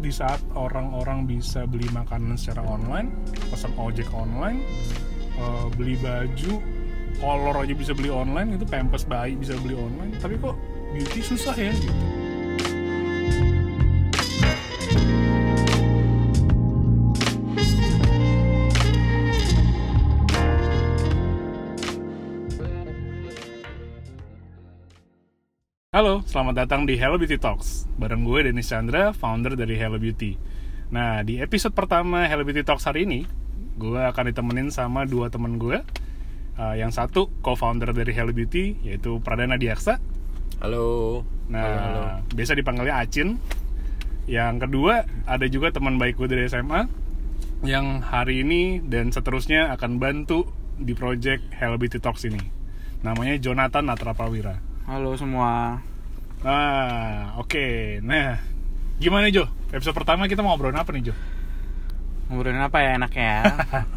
di saat orang-orang bisa beli makanan secara online, pesan ojek online, beli baju, kolor aja bisa beli online, itu pampers bayi bisa beli online, tapi kok beauty susah ya gitu. Halo, selamat datang di Hello Beauty Talks. Bareng gue Dennis Chandra, founder dari Hello Beauty. Nah, di episode pertama Hello Beauty Talks hari ini, gue akan ditemenin sama dua temen gue. Yang satu co-founder dari Hello Beauty, yaitu Pradana Diaksa. Halo. Nah, halo. Biasa dipanggilnya Acin. Yang kedua, ada juga teman baik gue dari SMA, yang hari ini dan seterusnya akan bantu di project Hello Beauty Talks ini. Namanya Jonathan Natra Prawira. Halo semua. Nah, oke. Nah, gimana Jo? Episode pertama kita mau ngobrolin apa nih Jo? Ngobrolin apa ya enaknya ya?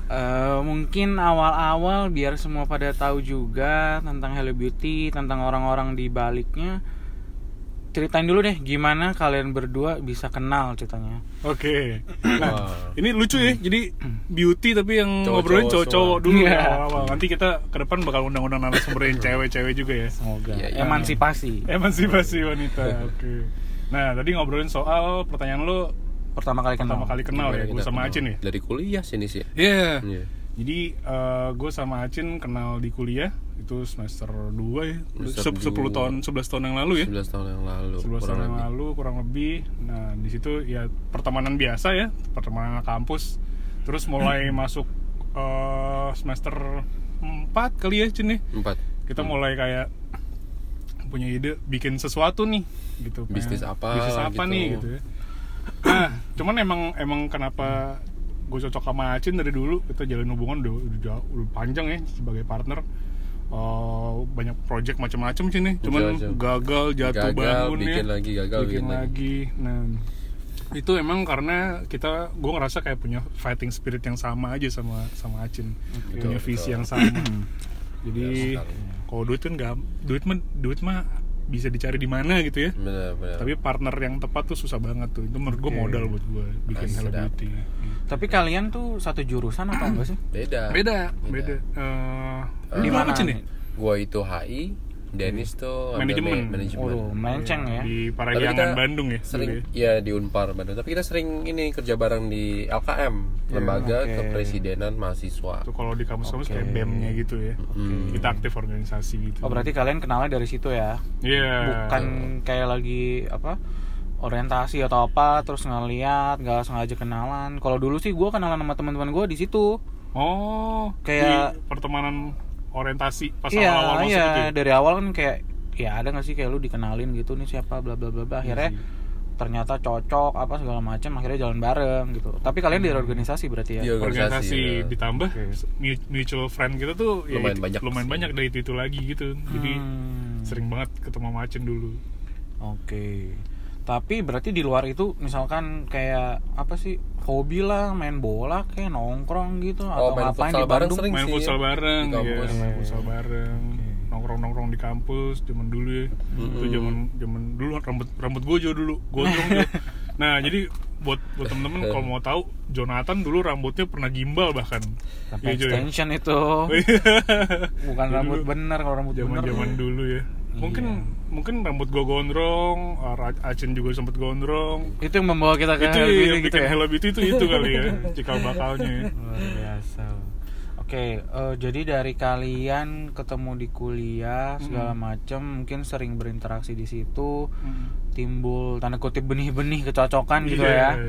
Mungkin awal-awal biar semua pada tahu juga tentang Hello Beauty, tentang orang-orang di baliknya. Ceritain dulu deh gimana kalian berdua bisa kenal ceritanya. Oke. Nah, ini lucu ya. Jadi beauty tapi yang ngobrolin cowok-cowok dulu ya awal-awal. Nanti kita ke depan bakal undang-undang narasumberin cewek-cewek juga ya. Semoga. Ya. Emansipasi Wanita. Oke. Nah, tadi ngobrolin soal pertanyaan lo pertama kali kenal ya, gue sama Acin ya. Dari kuliah sini sih. Iya. Yeah. Jadi gue sama Acin kenal di kuliah itu semester 2 ya. 11 tahun yang lalu ya. 11 tahun yang lalu. 11 tahun yang lalu kurang lebih. Nah, di situ ya pertemanan biasa ya, pertemanan kampus. Terus mulai masuk semester 4 kali ya, Cin nih. 4. Kita mulai kayak punya ide bikin sesuatu nih gitu. Bisnis apa gitu. Nih gitu ya. Nah, cuman emang kenapa gue cocok sama Acin dari dulu, kita jalin hubungan udah panjang ya sebagai partner. Banyak project macam-macam sih nih, cuman gagal jatuh bangun bikin ya, bikin lagi. Nah, itu emang karena gue ngerasa kayak punya fighting spirit yang sama aja sama Acin, punya visi yang sama. Jadi kalau duit mah bisa dicari di mana gitu ya. Benar. Tapi partner yang tepat tuh susah banget tuh. Itu menurut gue modal buat gue bikin Hello Beauty. Tapi kalian tuh satu jurusan apa enggak sih? Beda. Di mana nih? Gua itu HI, Dennis tuh manajemen. Menceng ya. Di Parahyangan Bandung ya. Sering ya di Unpar Bandung. Tapi kita sering ini kerja bareng di LKM, Lembaga Kepresidenan Mahasiswa. Itu kalau di kampus-kampus kayak BEM-nya gitu ya. Kita aktif organisasi gitu. Oh, berarti kalian kenalnya dari situ ya? Iya. Bukan kayak lagi orientasi atau apa terus ngeliat nggak sengaja kenalan. Kalau dulu sih gue kenalan sama teman-teman gue di situ. Oh, kayak di pertemanan orientasi pas awal-awal masuk gitu. Iya, dari awal kan kayak ya ada nggak sih kayak lu dikenalin gitu nih siapa bla bla bla bla. Akhirnya ternyata cocok apa segala macam, akhirnya jalan bareng gitu. Tapi kalian di organisasi berarti ya? Di organisasi ditambah mutual friend kita tuh lumayan banyak dari itu lagi gitu. Jadi sering banget ketemu Macen dulu. Oke. Tapi berarti di luar itu misalkan kayak apa sih, hobi lah, main bola kayak nongkrong gitu atau ngapain di Bandung? Main futsal bareng, main futsal bareng. Nongkrong di kampus zaman dulu ya. Itu zaman dulu rambut gue dulu gondrong jo. Nah, jadi buat temen-temen kalau mau tahu, Jonathan dulu rambutnya pernah gimbal bahkan. Sampai extension itu. Bukan rambut bener, kalau rambut bener. Zaman dulu ya. Mungkin rambut gue gondrong, Acin juga sempet gondrong. Itu yang membawa kita ke Hello Beauty gitu ya? Hello Beauty itu kali ya, cikal bakalnya. Luar biasa. Oke, jadi dari kalian ketemu di kuliah segala macam, mungkin sering berinteraksi di situ, timbul tanda kutip benih-benih kecocokan gitu ya.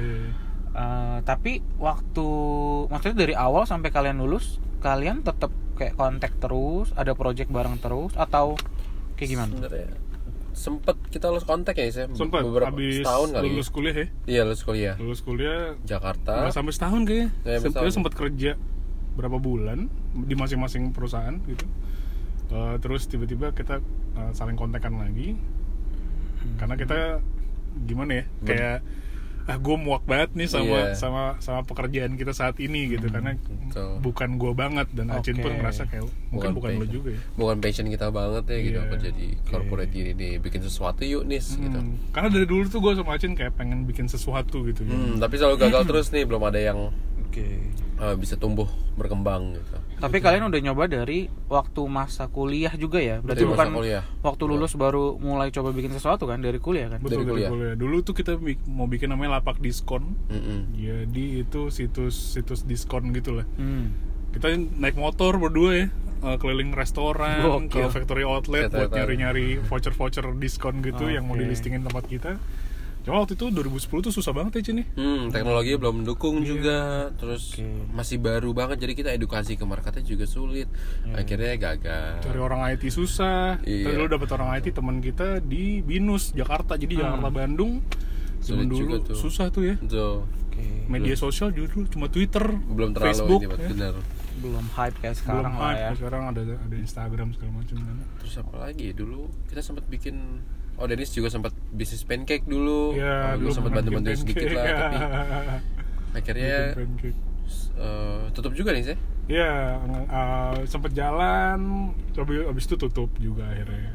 Tapi maksudnya dari awal sampai kalian lulus, kalian tetap kayak kontak terus, ada project bareng terus atau kayak gimana? Sebenarnya sempet kita lulus kontak ya sih. Sempet habis setahun kali. Lulus kuliah ya? Iya, lulus kuliah Jakarta. Nggak sampai setahun kayaknya. Kita sempat kerja berapa bulan di masing-masing perusahaan gitu. Terus tiba-tiba kita saling kontekan lagi. Karena kita gimana ya? Kayak gue muak banget nih sama pekerjaan kita saat ini gitu, karena bukan gue banget, dan Acin pun merasa kayak mungkin bukan lo juga ya, bukan passion kita banget ya gitu, apa jadi corporate ini nih, bikin sesuatu yuk nis gitu. Karena dari dulu tuh gue sama Acin kayak pengen bikin sesuatu gitu ya. Tapi selalu gagal terus nih, belum ada yang bisa tumbuh berkembang gitu. Tapi kalian udah nyoba dari waktu masa kuliah juga ya? Berarti dari bukan kuliah. Waktu lulus baru mulai coba bikin sesuatu kan, dari kuliah kan? Betul, dari kuliah. Dulu tuh kita mau bikin namanya Lapak Diskon. Jadi itu situs diskon gitu lah. Kita naik motor berdua ya, keliling restoran, ke factory outlet buat nyari-nyari voucher-voucher diskon gitu yang mau dilistingin tempat kita. Cuma waktu itu 2010 tuh susah banget ya Cin. Teknologinya belum mendukung juga, terus masih baru banget, jadi kita edukasi ke marketnya juga sulit. Akhirnya gagal. Cari orang IT susah. Kita dulu dapet orang IT teman kita di Binus Jakarta, jadi Jakarta Bandung sulit dulu juga tuh. Susah tuh ya. Media sosial dulu cuma Twitter, belum terlalu Facebook, ini, benar. Belum hype kayak sekarang lah ya. Sekarang ada Instagram segala macam kan. Terus apa lagi? Dulu kita sempat bikin Dennis juga sempat bisnis pancake dulu. Dulu sempat bantu-bantu sedikit lah, tapi akhirnya tutup juga nih sih. Iya, sempat jalan, habis itu tutup juga akhirnya.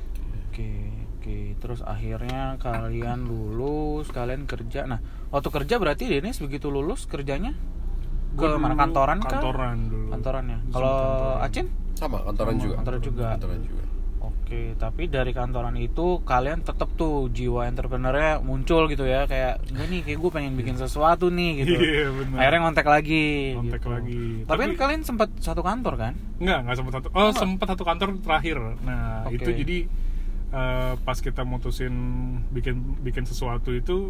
Oke. Terus akhirnya kalian lulus, kalian kerja. Nah, waktu kerja berarti Dennis begitu lulus kerjanya ke mana, kantoran kah? Kantoran dulu. Kantorannya. Kalau Acin? Sama, kantoran juga. Kantoran juga. Oke, tapi dari kantoran itu kalian tetap tuh jiwa entrepreneurnya muncul gitu ya, kayak enggak nih, kayak gue pengen bikin sesuatu nih gitu. Iya, benar. Akhirnya ngontek lagi. Tapi kan kalian sempat satu kantor kan? Enggak sempat satu. Sempat satu kantor terakhir. Nah, itu jadi pas kita mutusin bikin sesuatu itu,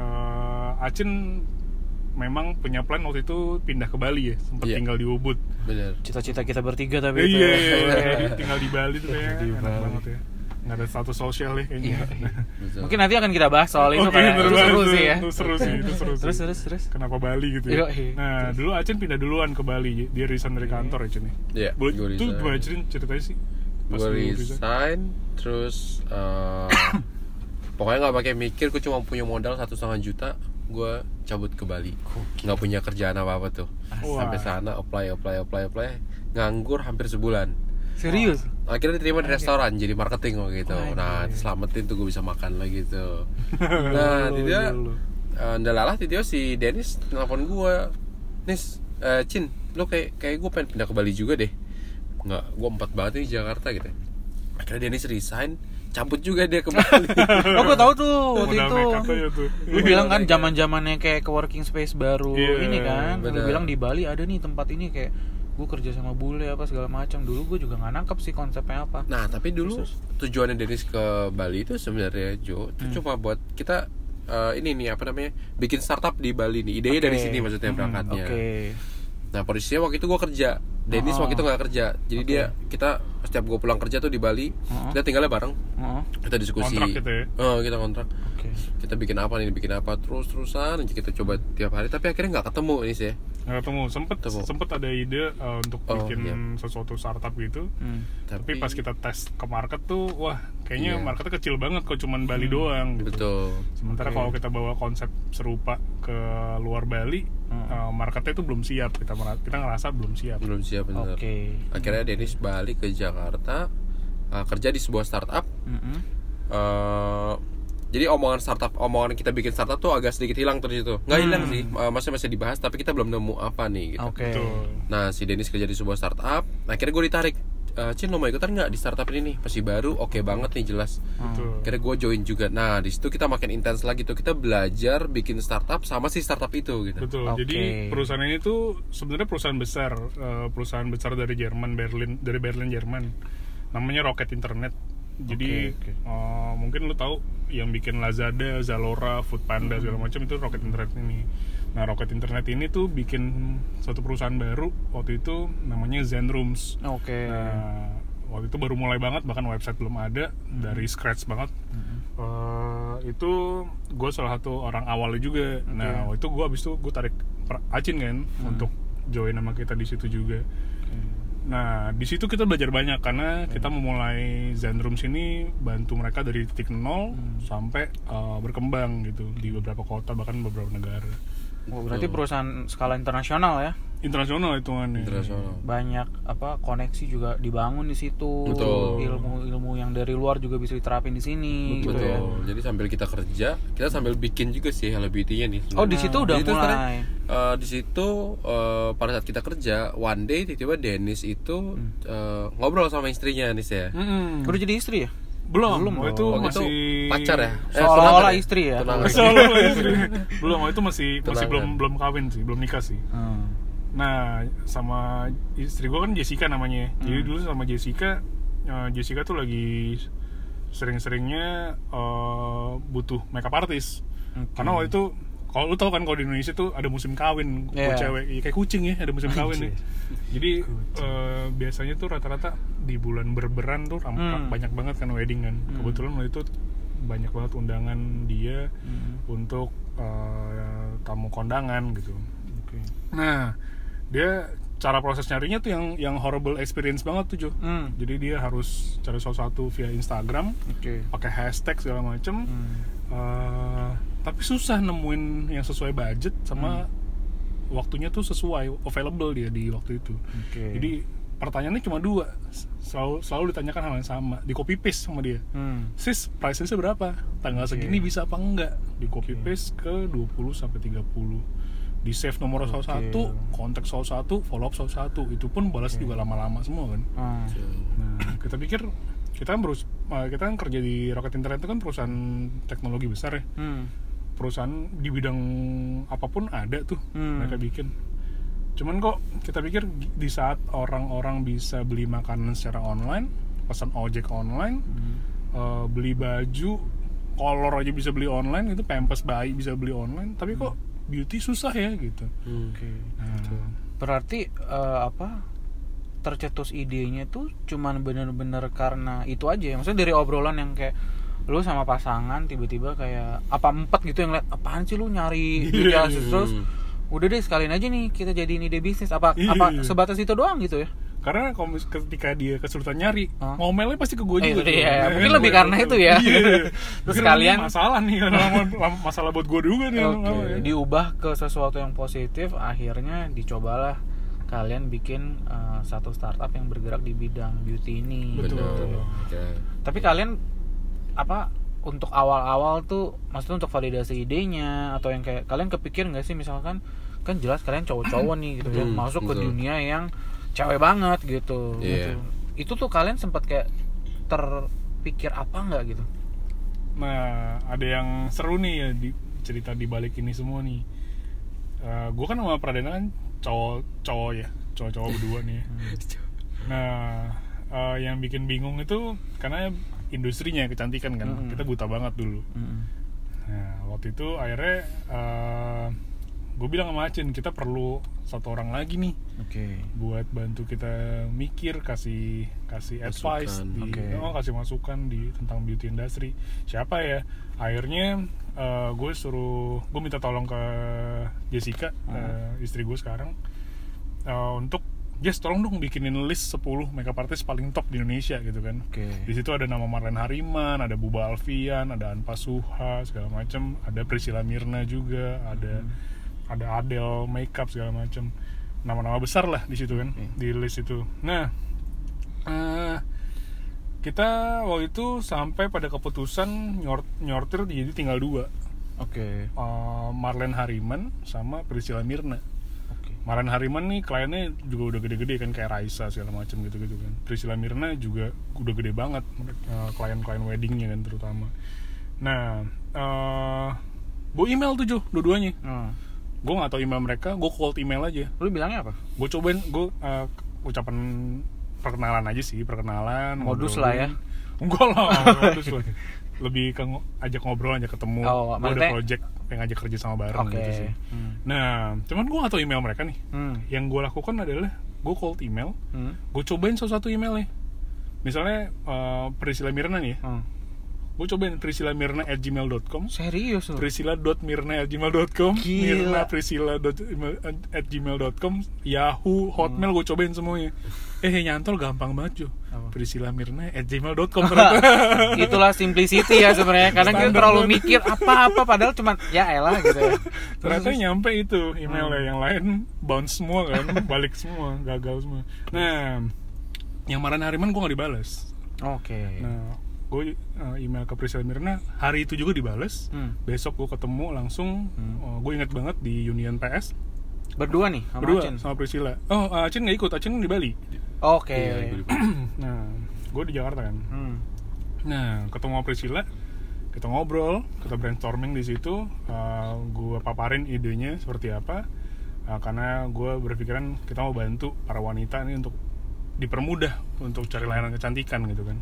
Acin memang punya plan waktu itu pindah ke Bali ya, sempat tinggal di Ubud. Bener. Cita-cita kita bertiga tapi Iya. Tinggal di Bali tuh kayak enak banget ya. Nggak ada status sosial ya kayaknya. Mungkin nanti akan kita bahas soal itu kayak itu seru sih ya. Itu seru sih. Terus. Kenapa Bali gitu ya? Nah, dulu Acin pindah duluan ke Bali. Dia resign dari kantor ya, Cin. Iya. Itu gimana ceritanya sih? Gue resign, terus pokoknya nggak pakai mikir, gue cuma punya modal 1,5 juta. Gue cabut ke Bali, nggak punya kerjaan apa tuh. Sampai sana apply, nganggur hampir sebulan. Serius? Akhirnya diterima di restoran jadi marketing gitu. Nah, selamatin tuh gue bisa makan lagi tuh. Nah, tiba-tiba si Dennis nelfon gue, Nis, Cin, lo kayak gue pengen pindah ke Bali juga deh. Nggak, gue 4 banget nih di Jakarta gitu. Akhirnya Dennis resign, cabut juga dia ke Bali. Gue tahu tuh waktu itu. Lu bilang kan Iya, zamannya kayak ke working space baru ini kan. Lu bilang di Bali ada nih tempat ini, kayak gue kerja sama bule apa segala macam. Dulu gue juga nggak nangkep sih konsepnya apa. Nah, tapi dulu tujuannya Dennis ke Bali itu sebenarnya itu cuma buat kita ini nih apa namanya, bikin startup di Bali nih. Idenya dari sini maksudnya berangkatnya. Nah, posisinya waktu itu gue kerja, Dennis waktu itu nggak kerja, jadi kita setiap gue pulang kerja tuh di Bali, kita tinggalnya bareng, kita diskusi, kontrak gitu ya? Kita kontrak, kita bikin apa terus-terusan, kita coba tiap hari, tapi akhirnya nggak ketemu ini sih. Nggak ketemu, sempet ada ide untuk bikin sesuatu startup gitu, tapi pas kita tes ke market tuh, wah kayaknya marketnya kecil banget kok, cuman Bali doang. Gitu. Betul. Sementara kalau kita bawa konsep serupa ke luar Bali, marketnya itu belum siap, kita ngerasa belum siap bener. Akhirnya Dennis balik ke Jakarta, kerja di sebuah startup. Jadi omongan kita bikin startup tuh agak sedikit hilang terus itu. Nggak hilang sih, masih dibahas, tapi kita belum nemu apa nih gitu. Nah, si Dennis kerja di sebuah startup, akhirnya gue ditarik, Cin, lo mau ikutan nggak di startup ini nih? Masih baru, oke banget nih, jelas. Akhirnya gue join juga. Nah, di situ kita makin intens lagi tuh, kita belajar bikin startup sama si startup itu gitu. Betul. Jadi perusahaan ini tuh sebenarnya perusahaan besar dari Berlin, Jerman. Namanya Rocket Internet. Jadi mungkin lu tahu yang bikin Lazada, Zalora, Foodpanda segala macam itu Rocket Internet ini. Nah, Rocket Internet ini tuh bikin suatu perusahaan baru waktu itu namanya Zenrooms. Nah, waktu itu baru mulai banget, bahkan website belum ada, dari scratch banget. Itu gue salah satu orang awalnya juga. Nah, waktu itu gue abis itu gue tarik Acin kan untuk join sama kita di situ juga. Nah, di situ kita belajar banyak karena kita memulai Zen Rooms ini bantu mereka dari titik nol sampai berkembang gitu di beberapa kota bahkan beberapa negara. Oh, berarti perusahaan skala internasional ya? Internasional hitungannya. Banyak koneksi juga dibangun di situ. Betul. Ilmu yang dari luar juga bisa diterapin di sini. Betul. Gitu ya. Jadi sambil kita kerja, kita sambil bikin juga sih Hello Beauty-nya nih. Oh, di situ udah mulai. Di situ pada saat kita kerja, one day tiba-tiba Dennis itu ngobrol sama istrinya nih ya. Udah jadi istri ya? Belum itu masih itu pacar ya? Seolah-olah istri ya? Seolah-olah istri. Belum, itu masih belum kawin sih, belum nikah sih. Nah, sama istri gue kan Jessica namanya. Jadi dulu sama Jessica tuh lagi sering-seringnya butuh makeup artist. Karena waktu itu, kalau lu tau kan kalau di Indonesia tuh ada musim kawin buat cewek, kayak kucing ya, ada musim kawin nih. Jadi biasanya tuh rata-rata di bulan berberan tuh banyak banget kan wedding kan. Kebetulan waktu itu banyak banget undangan dia untuk tamu kondangan gitu. Nah, dia cara proses nyarinya tuh yang horrible experience banget tuh Jo. Jadi dia harus cari sesuatu via Instagram, pakai hashtag segala macem. Tapi susah nemuin yang sesuai budget sama waktunya tuh sesuai, available dia di waktu itu. Jadi pertanyaannya cuma 2, selalu ditanyakan hal yang sama, di copy paste sama dia. Sis, price-nya berapa? Tanggal segini bisa apa enggak? Di copy paste ke 20 sampai 30. Di save nomor salah satu, kontak salah satu, follow up salah satu. Itu pun balas juga lama-lama semua kan. Nah, kita pikir kita kan kerja di Rocket Internet itu kan perusahaan teknologi besar ya. Perusahaan di bidang apapun ada tuh mereka bikin. Cuman kok kita pikir di saat orang-orang bisa beli makanan secara online, pesan ojek online, beli baju, kolor aja bisa beli online, itu pampers bayi bisa beli online, tapi kok beauty susah ya gitu. Berarti tercetus idenya tuh cuman bener-bener karena itu aja ya. Maksudnya dari obrolan yang kayak lu sama pasangan tiba-tiba kayak empat gitu yang liat, apaan sih lu nyari beauty assistant, terus udah deh sekalian aja nih kita jadiin ide bisnis. Apa sebatas itu doang gitu ya? Karena ketika dia kesulitan nyari, ngomelnya pasti ke gue juga. Mungkin lebih karena itu ya. Terus sekalian masalah nih, masalah buat gue juga nih. Diubah ke sesuatu yang positif, akhirnya dicobalah kalian bikin satu startup yang bergerak di bidang beauty ini. Betul. Tapi kalian untuk awal-awal tuh, maksudnya untuk validasi idenya atau yang kayak kalian kepikir nggak sih, misalkan kan jelas kalian cowok-cowok nih gitu ya, masuk ke dunia yang cewek banget gitu. Itu tuh kalian sempat kayak terpikir apa nggak gitu? Nah, ada yang seru nih ya cerita di balik ini semua nih. Gue kan sama Pradana kan cowok berdua nih. Nah, yang bikin bingung itu karena industrinya kecantikan kan, kita buta banget dulu. Nah, waktu itu akhirnya gue bilang sama Acin, kita perlu satu orang lagi nih buat bantu kita mikir, kasih advice, kasih masukan tentang beauty industry. Siapa ya? Akhirnya gue minta tolong ke Jessica, istri gue sekarang, untuk tolong dong bikinin list 10 makeup artist paling top di Indonesia gitu kan. Di situ ada nama Marlene Hariman, ada Buba Alfian, ada Anpa Suha segala macam, ada Priscilla Mirna juga, ada Adele makeup segala macam, nama-nama besar lah di situ kan, di list itu. Nah, kita waktu itu sampai pada keputusan nyortir jadi tinggal 2. Marlene Hariman sama Priscilla Mirna. Marlene Hariman nih kliennya juga udah gede-gede kan, kayak Raisa segala macam gitu-gitu kan. Priscilla Mirna juga udah gede banget, klien-klien weddingnya kan terutama. Nah, gue email tuh dua-duanya. Gue nggak tahu email mereka, gue cold email aja. Lu bilangnya apa? Gue cobain, ucapan perkenalan aja sih, modus lah ya. Enggak lah, modus lah. Lebih ke ajak ngobrol, ajak ketemu. Gue ada project yang ngajak kerja sama bareng gitu sih. Nah, cuman gue gak tau email mereka nih. Yang gue lakukan adalah gue cold email, gue cobain salah satu emailnya. Misalnya Priscilla Mirna nih ya, gue cobain priscillamirna@gmail.com. Serius loh? priscilla.mirna@gmail.com, mirna.priscilla@gmail.com, Yahoo, Hotmail gue cobain semuanya. Nyantol gampang banget Jo. priscillamirna@gmail.com. Itulah simplicity ya sebenarnya. Kadang kita terlalu mikir apa-apa padahal cuma ya elah gitu ya. Ternyata nyampe itu emailnya, yang lain bounce semua kan, balik semua, gagal semua. Nah, yang Maran Hariman gue nggak dibalas. Oke. Nah, gue email ke Priscilla Mirna hari itu juga dibales. Besok gue ketemu langsung. Gue ingat banget di Union PS. Berdua nih sama Acin? Sama Priscilla. Acin nggak ikut, Acin di Bali. Oke. Nah, gue di Jakarta kan. Nah, ketemu sama Priscilla, kita ngobrol, kita brainstorming di situ. Gue paparin idenya seperti apa. Karena gue berpikiran kita mau bantu para wanita ini untuk dipermudah untuk cari layanan kecantikan gitu kan.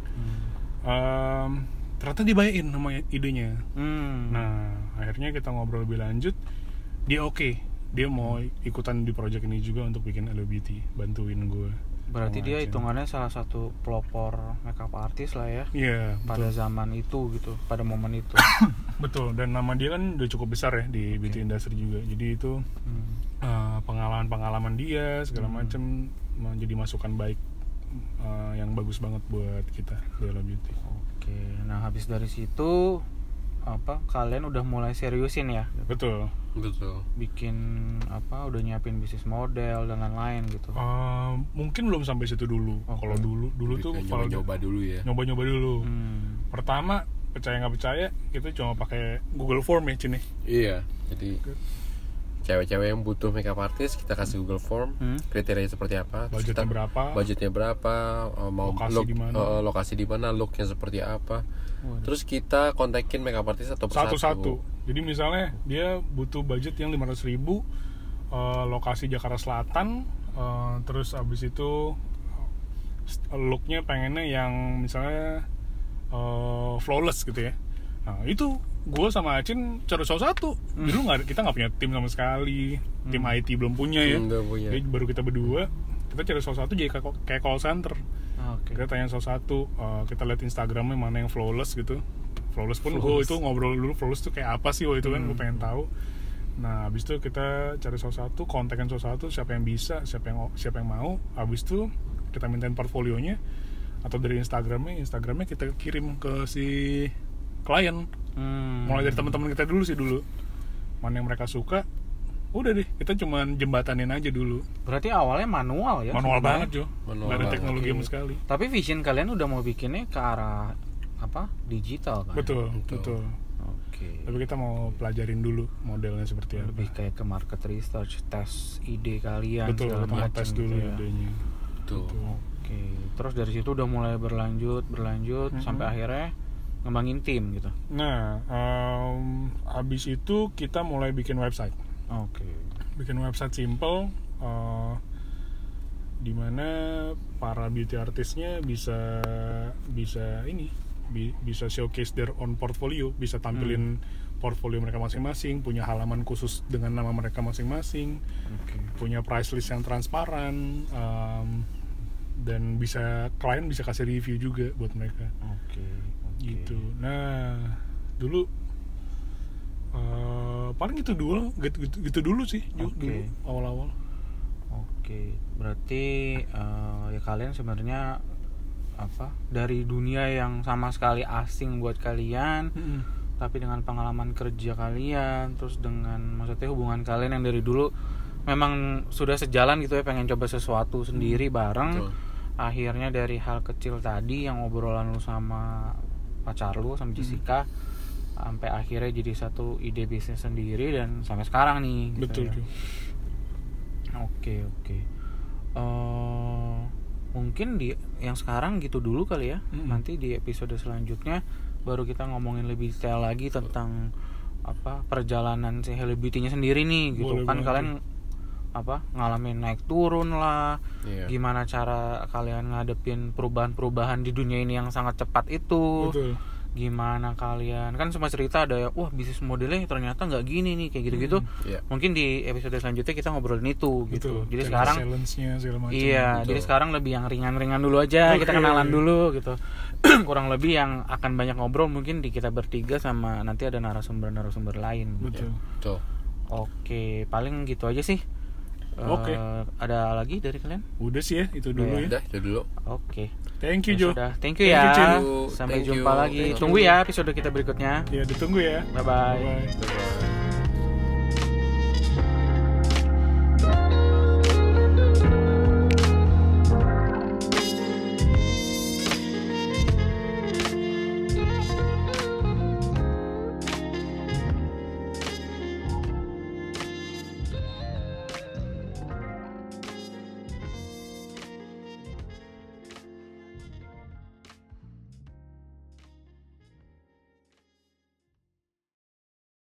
Ternyata dibayain sama idenya. Nah, akhirnya kita ngobrol lebih lanjut. Dia oke. Dia mau ikutan di project ini juga untuk bikin Hello Beauty, bantuin gue. Berarti dia hitungannya salah satu pelopor makeup artist lah ya. Iya, pada zaman itu gitu, pada momen itu. Betul, dan nama dia kan udah cukup besar ya di beauty industry juga. Jadi itu pengalaman dia segala macam menjadi masukan baik yang bagus banget buat kita di Hello Beauty. Oke, nah habis dari situ kalian udah mulai seriusin ya? Betul. Bikin udah nyiapin bisnis model dan lain-lain gitu. Mungkin belum sampai situ dulu. Kalau dulu tuh nyoba dulu ya. Nyoba dulu. Pertama, percaya nggak percaya, kita cuma pakai Google Form ya, Cini. Iya. Jadi cewek-cewek yang butuh makeup artist kita kasih Google Form, kriterianya seperti apa, budgetnya berapa, mau lokasi di mana, looknya seperti apa. Terus kita kontakin makeup artist satu-satu. Jadi misalnya dia butuh budget yang 500.000, lokasi Jakarta Selatan, terus abis itu looknya pengennya yang misalnya flawless gitu ya. Nah itu gue sama Acin cari satu. Dulu kita nggak punya tim sama sekali, tim IT belum punya ya. Jadi baru kita berdua, kita cari satu jadi kayak call center. Kita tanya satu, kita lihat Instagramnya mana yang flawless gitu. Flawless pun gue itu ngobrol dulu flawless tuh kayak apa sih itu kan, gue pengen tahu. Nah abis itu kita cari satu, kontakin satu, siapa yang bisa, siapa yang mau. Abis itu kita mintain portfolionya atau dari Instagramnya kita kirim ke si klien. Mulai dari teman-teman kita dulu mana yang mereka suka, udah deh kita cuman jembatanin aja dulu. Berarti awalnya manual ya? Manual banget Jo, nggak ada teknologi sama sekali. Tapi vision kalian udah mau bikinnya ke arah digital kan? Betul. Tapi kita mau pelajarin dulu modelnya seperti apa. Lebih kayak ke market research, tes ide kalian. Betul, kita mau tes dulu gitu idenya. Betul. Oke. Terus dari situ udah mulai berlanjut sampai akhirnya ngembangin tim gitu. Nah, abis itu kita mulai bikin website. Bikin website simple, dimana para beauty artisnya bisa showcase their own portfolio, bisa tampilin portfolio mereka masing-masing, punya halaman khusus dengan nama mereka masing-masing, punya price list yang transparan, dan klien bisa kasih review juga buat mereka. Gitu. Nah, dulu paling gitu dulu sih, dulu awal-awal. Berarti ya kalian sebenarnya dari dunia yang sama sekali asing buat kalian, tapi dengan pengalaman kerja kalian, terus dengan maksudnya hubungan kalian yang dari dulu memang sudah sejalan gitu ya, pengen coba sesuatu sendiri bareng. Akhirnya dari hal kecil tadi yang obrolan lu sama pacar lu sama Jessica, sampai akhirnya jadi satu ide bisnis sendiri dan sampai sekarang nih gitu. Betul ya. Oke. Mungkin di yang sekarang gitu dulu kali ya. Nanti di episode selanjutnya baru kita ngomongin lebih detail lagi tentang perjalanan si Hello Beauty-nya sendiri nih gitu. Kan kalian ngalamin naik turun lah. Gimana cara kalian ngadepin perubahan-perubahan di dunia ini yang sangat cepat itu. Betul. gimana kalian kan semua cerita ada ya, wah bisnis modelnya ternyata nggak gini nih kayak gitu-gitu. Mungkin di episode selanjutnya kita ngobrolin itu gitu. Jadi sekarang iya, jadi sekarang lebih yang ringan-ringan dulu aja, kita kenalan dulu gitu. Kurang lebih yang akan banyak ngobrol mungkin di kita bertiga sama nanti ada narasumber lain. Betul. Oke, paling gitu aja sih. Ada lagi dari kalian? Udah sih ya, itu dulu ya. Udah, itu dulu. Oke. Thank you Jo. Thank you ya. Sampai jumpa lagi. Tunggu ya episode kita berikutnya. Ya, ditunggu ya. Bye bye.